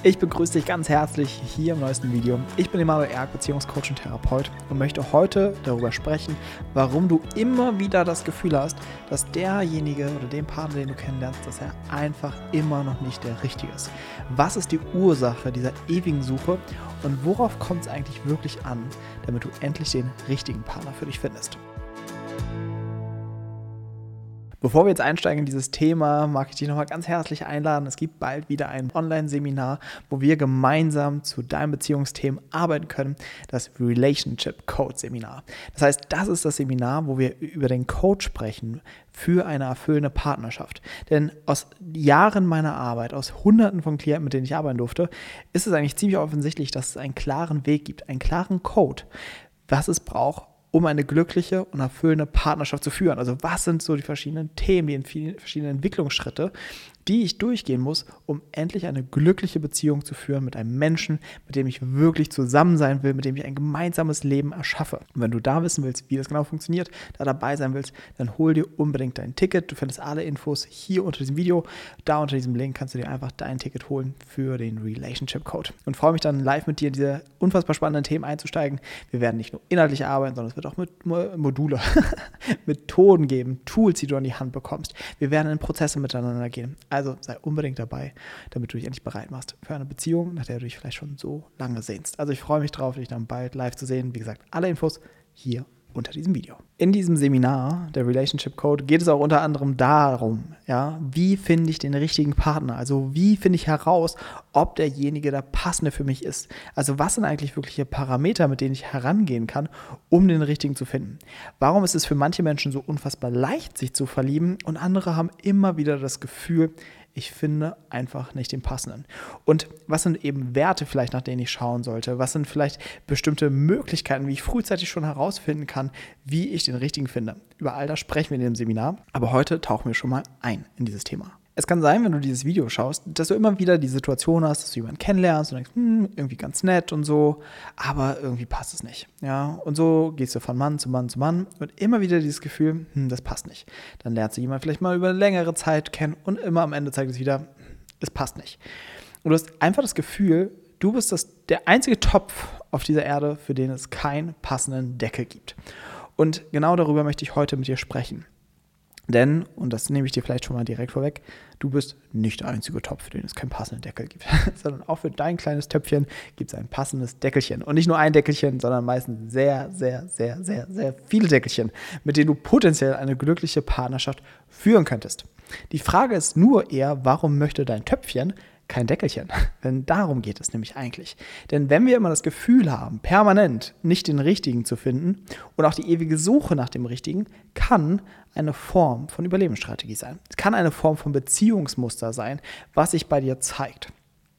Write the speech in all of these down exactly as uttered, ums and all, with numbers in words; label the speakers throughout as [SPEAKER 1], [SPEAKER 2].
[SPEAKER 1] Ich begrüße dich ganz herzlich hier im neuesten Video. Ich bin Emanuel Erk, Beziehungscoach und Therapeut und möchte heute darüber sprechen, warum du immer wieder das Gefühl hast, dass derjenige oder den Partner, den du kennenlernst, dass er einfach immer noch nicht der Richtige ist. Was ist die Ursache dieser ewigen Suche und worauf kommt es eigentlich wirklich an, damit du endlich den richtigen Partner für dich findest? Bevor wir jetzt einsteigen in dieses Thema, mag ich dich nochmal ganz herzlich einladen. Es gibt bald wieder ein Online-Seminar, wo wir gemeinsam zu deinen Beziehungsthemen arbeiten können, das Relationship Code Seminar. Das heißt, das ist das Seminar, wo wir über den Code sprechen für eine erfüllende Partnerschaft. Denn aus Jahren meiner Arbeit, aus Hunderten von Klienten, mit denen ich arbeiten durfte, ist es eigentlich ziemlich offensichtlich, dass es einen klaren Weg gibt, einen klaren Code, was es braucht, um eine glückliche und erfüllende Partnerschaft zu führen. Also was sind so die verschiedenen Themen, die vielen verschiedenen Entwicklungsschritte, die ich durchgehen muss, um endlich eine glückliche Beziehung zu führen mit einem Menschen, mit dem ich wirklich zusammen sein will, mit dem ich ein gemeinsames Leben erschaffe. Und wenn du da wissen willst, wie das genau funktioniert, da dabei sein willst, dann hol dir unbedingt dein Ticket. Du findest alle Infos hier unter diesem Video. Da unter diesem Link kannst du dir einfach dein Ticket holen für den Relationship Code. Und freue mich dann live mit dir in diese unfassbar spannenden Themen einzusteigen. Wir werden nicht nur inhaltlich arbeiten, sondern es wird auch mit Module, Methoden geben, Tools, die du an die Hand bekommst. Wir werden in Prozesse miteinander gehen. Also sei unbedingt dabei, damit du dich endlich bereit machst für eine Beziehung, nach der du dich vielleicht schon so lange sehnst. Also ich freue mich drauf, dich dann bald live zu sehen. Wie gesagt, alle Infos hier unter diesem Video. In diesem Seminar, der Relationship Code, geht es auch unter anderem darum, ja, wie finde ich den richtigen Partner? Also wie finde ich heraus, ob derjenige der passende für mich ist? Also was sind eigentlich wirkliche Parameter, mit denen ich herangehen kann, um den richtigen zu finden? Warum ist es für manche Menschen so unfassbar leicht, sich zu verlieben und andere haben immer wieder das Gefühl, ich finde einfach nicht den passenden. Und was sind eben Werte vielleicht, nach denen ich schauen sollte? Was sind vielleicht bestimmte Möglichkeiten, wie ich frühzeitig schon herausfinden kann, wie ich den richtigen finde? Über all das sprechen wir in dem Seminar, aber heute tauchen wir schon mal ein in dieses Thema. Es kann sein, wenn du dieses Video schaust, dass du immer wieder die Situation hast, dass du jemanden kennenlernst und denkst, hm, irgendwie ganz nett und so, aber irgendwie passt es nicht. Ja? Und so gehst du von Mann zu Mann zu Mann und immer wieder dieses Gefühl, hm, das passt nicht. Dann lernst du jemanden vielleicht mal über eine längere Zeit kennen und immer am Ende zeigt es wieder, es passt nicht. Und du hast einfach das Gefühl, du bist das, der einzige Topf auf dieser Erde, für den es keinen passenden Deckel gibt. Und genau darüber möchte ich heute mit dir sprechen. Denn, und das nehme ich dir vielleicht schon mal direkt vorweg, du bist nicht der einzige Topf, für den es keinen passenden Deckel gibt, sondern auch für dein kleines Töpfchen gibt es ein passendes Deckelchen. Und nicht nur ein Deckelchen, sondern meistens sehr, sehr, sehr, sehr, sehr viele Deckelchen, mit denen du potenziell eine glückliche Partnerschaft führen könntest. Die Frage ist nur eher, warum möchte dein Töpfchen kein Deckelchen? Denn darum geht es nämlich eigentlich. Denn wenn wir immer das Gefühl haben, permanent nicht den Richtigen zu finden und auch die ewige Suche nach dem Richtigen, kann eine Form von Überlebensstrategie sein. Es kann eine Form von Beziehungsmuster sein, was sich bei dir zeigt.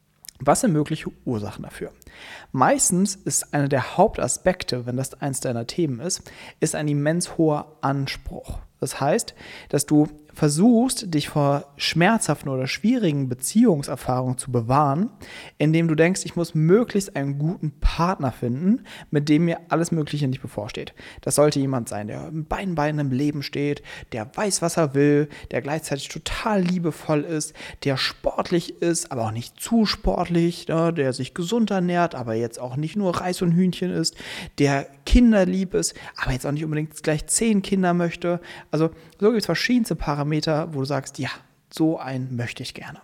[SPEAKER 1] Was sind mögliche Ursachen dafür? Meistens ist einer der Hauptaspekte, wenn das eins deiner Themen ist, ist ein immens hoher Anspruch. Das heißt, dass du versuchst, dich vor schmerzhaften oder schwierigen Beziehungserfahrungen zu bewahren, indem du denkst, ich muss möglichst einen guten Partner finden, mit dem mir alles Mögliche nicht bevorsteht. Das sollte jemand sein, der mit beiden Beinen im Leben steht, der weiß, was er will, der gleichzeitig total liebevoll ist, der sportlich ist, aber auch nicht zu sportlich, ne, der sich gesund ernährt, aber jetzt auch nicht nur Reis und Hühnchen isst, der kinderlieb ist, aber jetzt auch nicht unbedingt gleich zehn Kinder möchte. Also so gibt es verschiedenste Parameter, wo du sagst, ja, so einen möchte ich gerne.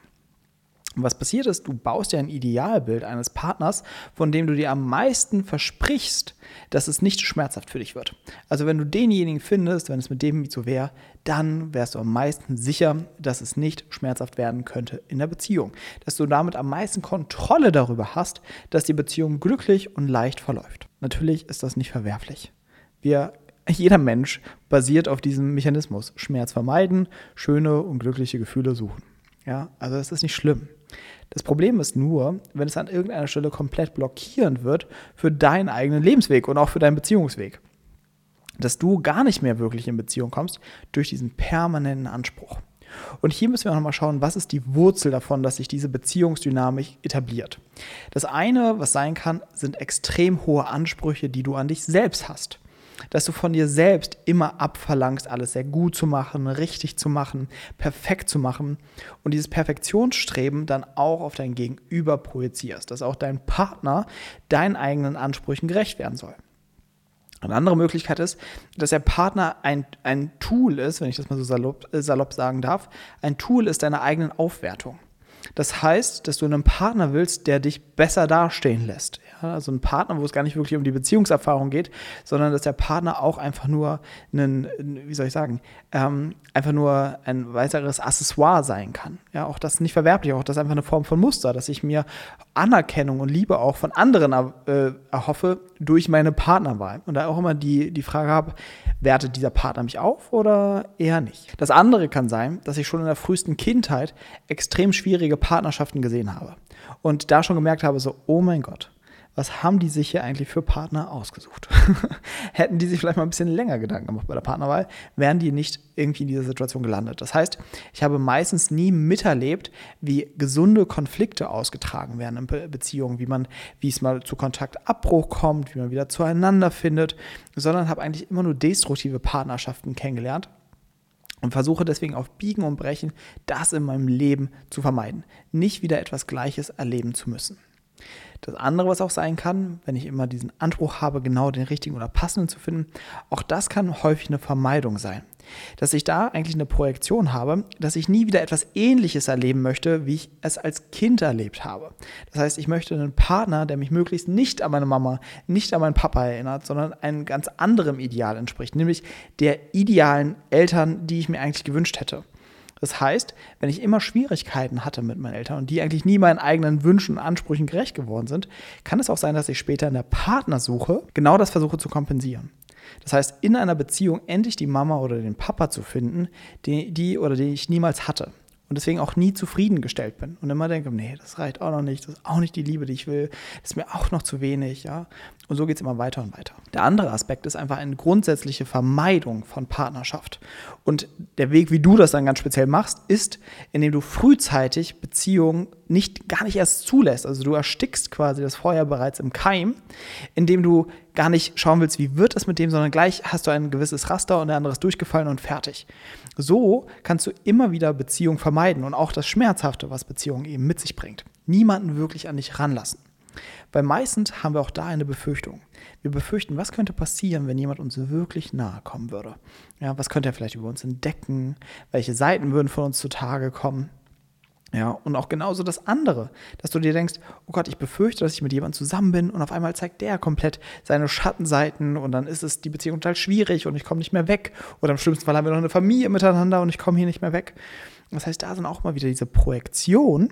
[SPEAKER 1] Und was passiert ist, du baust dir ein Idealbild eines Partners, von dem du dir am meisten versprichst, dass es nicht schmerzhaft für dich wird. Also wenn du denjenigen findest, wenn es mit dem so wäre, dann wärst du am meisten sicher, dass es nicht schmerzhaft werden könnte in der Beziehung. Dass du damit am meisten Kontrolle darüber hast, dass die Beziehung glücklich und leicht verläuft. Natürlich ist das nicht verwerflich. Wir Jeder Mensch basiert auf diesem Mechanismus. Schmerz vermeiden, schöne und glückliche Gefühle suchen. Ja, also das ist nicht schlimm. Das Problem ist nur, wenn es an irgendeiner Stelle komplett blockierend wird für deinen eigenen Lebensweg und auch für deinen Beziehungsweg. Dass du gar nicht mehr wirklich in Beziehung kommst durch diesen permanenten Anspruch. Und hier müssen wir auch nochmal schauen, was ist die Wurzel davon, dass sich diese Beziehungsdynamik etabliert. Das eine, was sein kann, sind extrem hohe Ansprüche, die du an dich selbst hast. dass du von dir selbst immer abverlangst, alles sehr gut zu machen, richtig zu machen, perfekt zu machen und dieses Perfektionsstreben dann auch auf dein Gegenüber projizierst, dass auch dein Partner deinen eigenen Ansprüchen gerecht werden soll. Eine andere Möglichkeit ist, dass der Partner ein, ein Tool ist, wenn ich das mal so salopp, salopp sagen darf, ein Tool ist deiner eigenen Aufwertung. Das heißt, dass du einen Partner willst, der dich besser dastehen lässt. Ja, also ein Partner, wo es gar nicht wirklich um die Beziehungserfahrung geht, sondern dass der Partner auch einfach nur einen, wie soll ich sagen, ähm, einfach nur ein weiteres Accessoire sein kann. Ja, auch das ist nicht verwerflich, auch das ist einfach eine Form von Muster, dass ich mir Anerkennung und Liebe auch von anderen äh, erhoffe durch meine Partnerwahl. Und da auch immer die, die Frage habe, wertet dieser Partner mich auf oder eher nicht? Das andere kann sein, dass ich schon in der frühesten Kindheit extrem schwierige Partnerschaften gesehen habe und da schon gemerkt habe, so, oh mein Gott, was haben die sich hier eigentlich für Partner ausgesucht? Hätten die sich vielleicht mal ein bisschen länger Gedanken gemacht bei der Partnerwahl, wären die nicht irgendwie in dieser Situation gelandet. Das heißt, ich habe meistens nie miterlebt, wie gesunde Konflikte ausgetragen werden in Be- Beziehungen, wie man, wie es mal zu Kontaktabbruch kommt, wie man wieder zueinander findet, sondern habe eigentlich immer nur destruktive Partnerschaften kennengelernt. Und versuche deswegen auf Biegen und Brechen, das in meinem Leben zu vermeiden. Nicht wieder etwas Gleiches erleben zu müssen. Das andere, was auch sein kann, wenn ich immer diesen Anspruch habe, genau den richtigen oder passenden zu finden, auch das kann häufig eine Vermeidung sein. Dass ich da eigentlich eine Projektion habe, dass ich nie wieder etwas Ähnliches erleben möchte, wie ich es als Kind erlebt habe. Das heißt, ich möchte einen Partner, der mich möglichst nicht an meine Mama, nicht an meinen Papa erinnert, sondern einem ganz anderem Ideal entspricht, nämlich der idealen Eltern, die ich mir eigentlich gewünscht hätte. Das heißt, wenn ich immer Schwierigkeiten hatte mit meinen Eltern und die eigentlich nie meinen eigenen Wünschen und Ansprüchen gerecht geworden sind, kann es auch sein, dass ich später in der Partnersuche genau das versuche zu kompensieren. Das heißt, in einer Beziehung endlich die Mama oder den Papa zu finden, die, die oder die ich niemals hatte. Und deswegen auch nie zufriedengestellt bin und immer denke, nee, das reicht auch noch nicht, das ist auch nicht die Liebe, die ich will, das ist mir auch noch zu wenig, ja. Und so geht es immer weiter und weiter. Der andere Aspekt ist einfach eine grundsätzliche Vermeidung von Partnerschaft. Und der Weg, wie du das dann ganz speziell machst, ist, indem du frühzeitig Beziehungen nicht, gar nicht erst zulässt. Also du erstickst quasi das Feuer bereits im Keim, indem du gar nicht schauen willst, wie wird es mit dem, sondern gleich hast du ein gewisses Raster und der andere ist durchgefallen und fertig. So kannst du immer wieder Beziehungen vermeiden und auch das Schmerzhafte, was Beziehungen eben mit sich bringt. Niemanden wirklich an dich ranlassen. Weil meistens haben wir auch da eine Befürchtung. Wir befürchten, was könnte passieren, wenn jemand uns wirklich nahe kommen würde? Ja, was könnte er vielleicht über uns entdecken? Welche Seiten würden von uns zutage kommen? Ja, und auch genauso das andere, dass du dir denkst, oh Gott, ich befürchte, dass ich mit jemandem zusammen bin und auf einmal zeigt der komplett seine Schattenseiten und dann ist es die Beziehung total schwierig und ich komme nicht mehr weg. Oder im schlimmsten Fall haben wir noch eine Familie miteinander und ich komme hier nicht mehr weg. Das heißt, da sind auch mal wieder diese Projektion,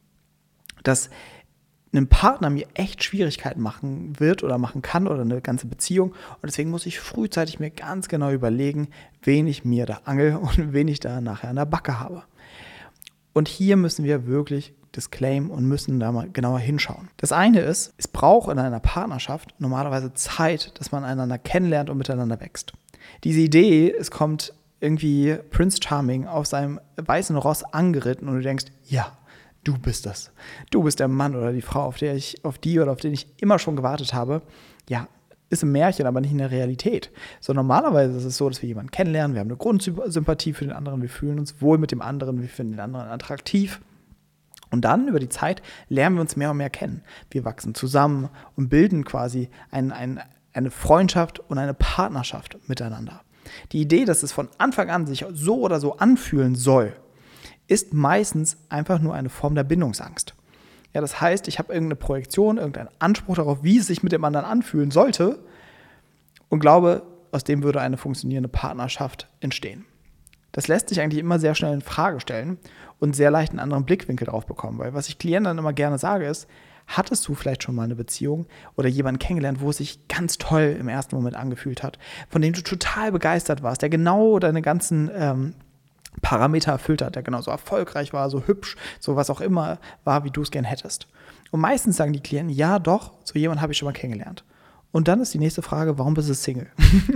[SPEAKER 1] dass ein Partner mir echt Schwierigkeiten machen wird oder machen kann oder eine ganze Beziehung. Und deswegen muss ich frühzeitig mir ganz genau überlegen, wen ich mir da angel und wen ich da nachher an der Backe habe. Und hier müssen wir wirklich disclaimen und müssen da mal genauer hinschauen. Das eine ist, es braucht in einer Partnerschaft normalerweise Zeit, dass man einander kennenlernt und miteinander wächst. Diese Idee, es kommt irgendwie Prince Charming auf seinem weißen Ross angeritten und du denkst, ja, du bist das. Du bist der Mann oder die Frau, auf der ich, auf die oder auf den ich immer schon gewartet habe. Ja, ist ein Märchen, aber nicht in der Realität. So normalerweise ist es so, dass wir jemanden kennenlernen, wir haben eine Grundsympathie für den anderen, wir fühlen uns wohl mit dem anderen, wir finden den anderen attraktiv. Und dann über die Zeit lernen wir uns mehr und mehr kennen. Wir wachsen zusammen und bilden quasi ein, ein, eine Freundschaft und eine Partnerschaft miteinander. Die Idee, dass es von Anfang an sich so oder so anfühlen soll, ist meistens einfach nur eine Form der Bindungsangst. Ja, das heißt, ich habe irgendeine Projektion, irgendeinen Anspruch darauf, wie es sich mit dem anderen anfühlen sollte und glaube, aus dem würde eine funktionierende Partnerschaft entstehen. Das lässt sich eigentlich immer sehr schnell in Frage stellen und sehr leicht einen anderen Blickwinkel drauf bekommen, weil was ich Klienten dann immer gerne sage ist, hattest du vielleicht schon mal eine Beziehung oder jemanden kennengelernt, wo es sich ganz toll im ersten Moment angefühlt hat, von dem du total begeistert warst, der genau deine ganzen ähm, Parameter erfüllt hat, der genauso erfolgreich war, so hübsch, so was auch immer war, wie du es gern hättest. Und meistens sagen die Klienten, ja doch, so jemanden habe ich schon mal kennengelernt. Und dann ist die nächste Frage, warum bist du Single?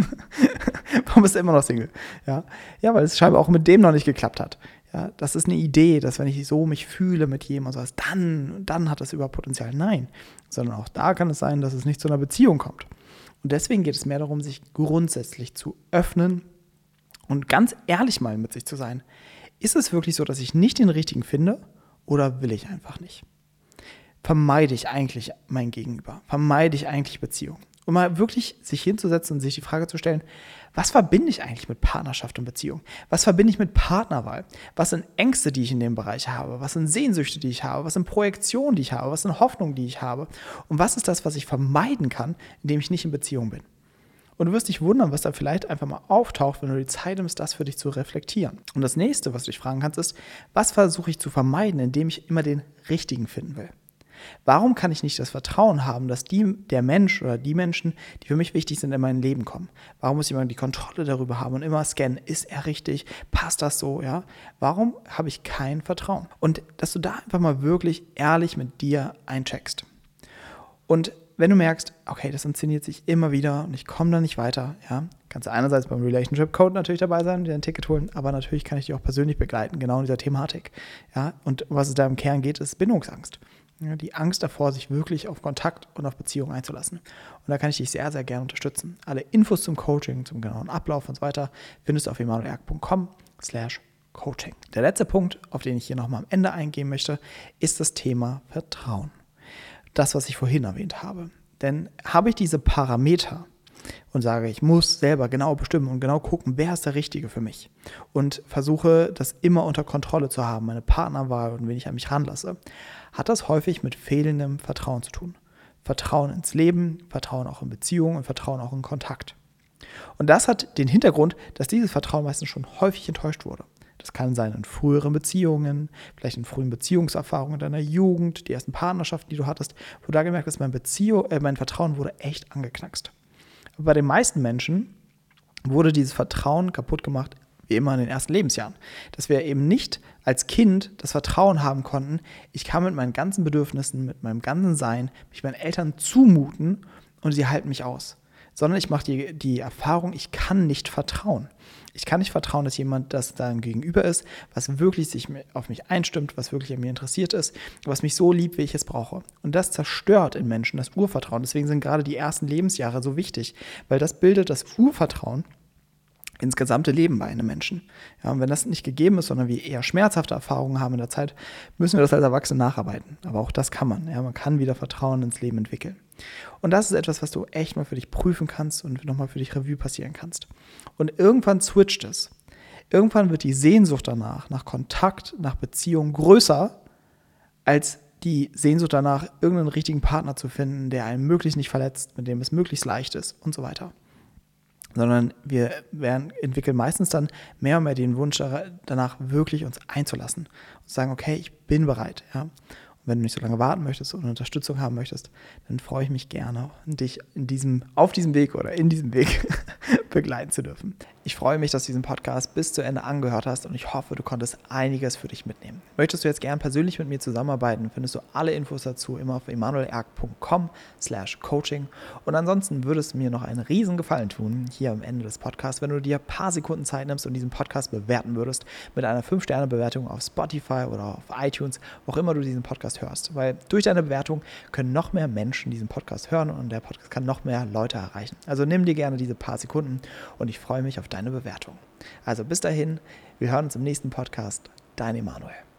[SPEAKER 1] Warum bist du immer noch Single? Ja, ja, weil es scheinbar auch mit dem noch nicht geklappt hat. Ja, das ist eine Idee, dass wenn ich so mich fühle mit jemandem, dann, dann hat das überhaupt Potenzial. Nein, sondern auch da kann es sein, dass es nicht zu einer Beziehung kommt. Und deswegen geht es mehr darum, sich grundsätzlich zu öffnen und ganz ehrlich mal mit sich zu sein. Ist es wirklich so, dass ich nicht den richtigen finde oder will ich einfach nicht? Vermeide ich eigentlich mein Gegenüber? Vermeide ich eigentlich Beziehungen? Und mal wirklich sich hinzusetzen und sich die Frage zu stellen, was verbinde ich eigentlich mit Partnerschaft und Beziehung? Was verbinde ich mit Partnerwahl? Was sind Ängste, die ich in dem Bereich habe? Was sind Sehnsüchte, die ich habe? Was sind Projektionen, die ich habe? Was sind Hoffnungen, die ich habe? Und was ist das, was ich vermeiden kann, indem ich nicht in Beziehung bin? Und du wirst dich wundern, was da vielleicht einfach mal auftaucht, wenn du die Zeit nimmst, das für dich zu reflektieren. Und das nächste, was du dich fragen kannst, ist, was versuche ich zu vermeiden, indem ich immer den Richtigen finden will? Warum kann ich nicht das Vertrauen haben, dass die, der Mensch oder die Menschen, die für mich wichtig sind, in mein Leben kommen? Warum muss ich immer die Kontrolle darüber haben und immer scannen, ist er richtig, passt das so, ja? Warum habe ich kein Vertrauen? Und dass du da einfach mal wirklich ehrlich mit dir eincheckst. Und wenn du merkst, okay, das inszeniert sich immer wieder und ich komme da nicht weiter, ja, kannst du einerseits beim Relationship Code natürlich dabei sein, dir ein Ticket holen, aber natürlich kann ich dich auch persönlich begleiten, genau in dieser Thematik. Ja? Und was es da im Kern geht, ist Bindungsangst. Ja, die Angst davor, sich wirklich auf Kontakt und auf Beziehung einzulassen. Und da kann ich dich sehr, sehr gerne unterstützen. Alle Infos zum Coaching, zum genauen Ablauf und so weiter findest du auf emanuelerk.com slash coaching. Der letzte Punkt, auf den ich hier nochmal am Ende eingehen möchte, ist das Thema Vertrauen. Das, was ich vorhin erwähnt habe. Denn habe ich diese Parameter und sage, ich muss selber genau bestimmen und genau gucken, wer ist der Richtige für mich und versuche, das immer unter Kontrolle zu haben, meine Partnerwahl und wen ich an mich ranlasse, hat das häufig mit fehlendem Vertrauen zu tun. Vertrauen ins Leben, Vertrauen auch in Beziehungen und Vertrauen auch in Kontakt. Und das hat den Hintergrund, dass dieses Vertrauen meistens schon häufig enttäuscht wurde. Das kann sein in früheren Beziehungen, vielleicht in frühen Beziehungserfahrungen in deiner Jugend, die ersten Partnerschaften, die du hattest, wo du da gemerkt hast, mein, Beziehung, äh, mein Vertrauen wurde echt angeknackst. Aber bei den meisten Menschen wurde dieses Vertrauen kaputt gemacht, wie immer in den ersten Lebensjahren. Dass wir eben nicht als Kind das Vertrauen haben konnten, ich kann mit meinen ganzen Bedürfnissen, mit meinem ganzen Sein, mich meinen Eltern zumuten und sie halten mich aus. Sondern ich mache die, die Erfahrung, ich kann nicht vertrauen. Ich kann nicht vertrauen, dass jemand, das da gegenüber ist, was wirklich sich auf mich einstimmt, was wirklich an mir interessiert ist, was mich so liebt, wie ich es brauche. Und das zerstört in Menschen das Urvertrauen. Deswegen sind gerade die ersten Lebensjahre so wichtig, weil das bildet das Urvertrauen ins gesamte Leben bei einem Menschen. Ja, und wenn das nicht gegeben ist, sondern wir eher schmerzhafte Erfahrungen haben in der Zeit, müssen wir das als Erwachsene nacharbeiten. Aber auch das kann man. Ja, man kann wieder Vertrauen ins Leben entwickeln. Und das ist etwas, was du echt mal für dich prüfen kannst und nochmal für dich Revue passieren kannst. Und irgendwann switcht es. Irgendwann wird die Sehnsucht danach, nach Kontakt, nach Beziehung größer, als die Sehnsucht danach, irgendeinen richtigen Partner zu finden, der einen möglichst nicht verletzt, mit dem es möglichst leicht ist und so weiter. Sondern wir werden, entwickeln meistens dann mehr und mehr den Wunsch danach, wirklich uns einzulassen und zu sagen, okay, ich bin bereit. Ja? Und wenn du nicht so lange warten möchtest und Unterstützung haben möchtest, dann freue ich mich gerne, dich in diesem, auf diesem Weg oder in diesem Weg begleiten zu dürfen. Ich freue mich, dass du diesen Podcast bis zu Ende angehört hast und ich hoffe, du konntest einiges für dich mitnehmen. Möchtest du jetzt gern persönlich mit mir zusammenarbeiten, findest du alle Infos dazu immer auf emanuelerk.com slash coaching und ansonsten würdest du mir noch einen riesen Gefallen tun, hier am Ende des Podcasts, wenn du dir ein paar Sekunden Zeit nimmst und diesen Podcast bewerten würdest mit einer fünf Sterne Bewertung auf Spotify oder auf iTunes, wo auch immer du diesen Podcast hörst, weil durch deine Bewertung können noch mehr Menschen diesen Podcast hören und der Podcast kann noch mehr Leute erreichen. Also nimm dir gerne diese paar Sekunden und ich freue mich auf deine Bewertung. Also bis dahin, wir hören uns im nächsten Podcast. Dein Emanuel.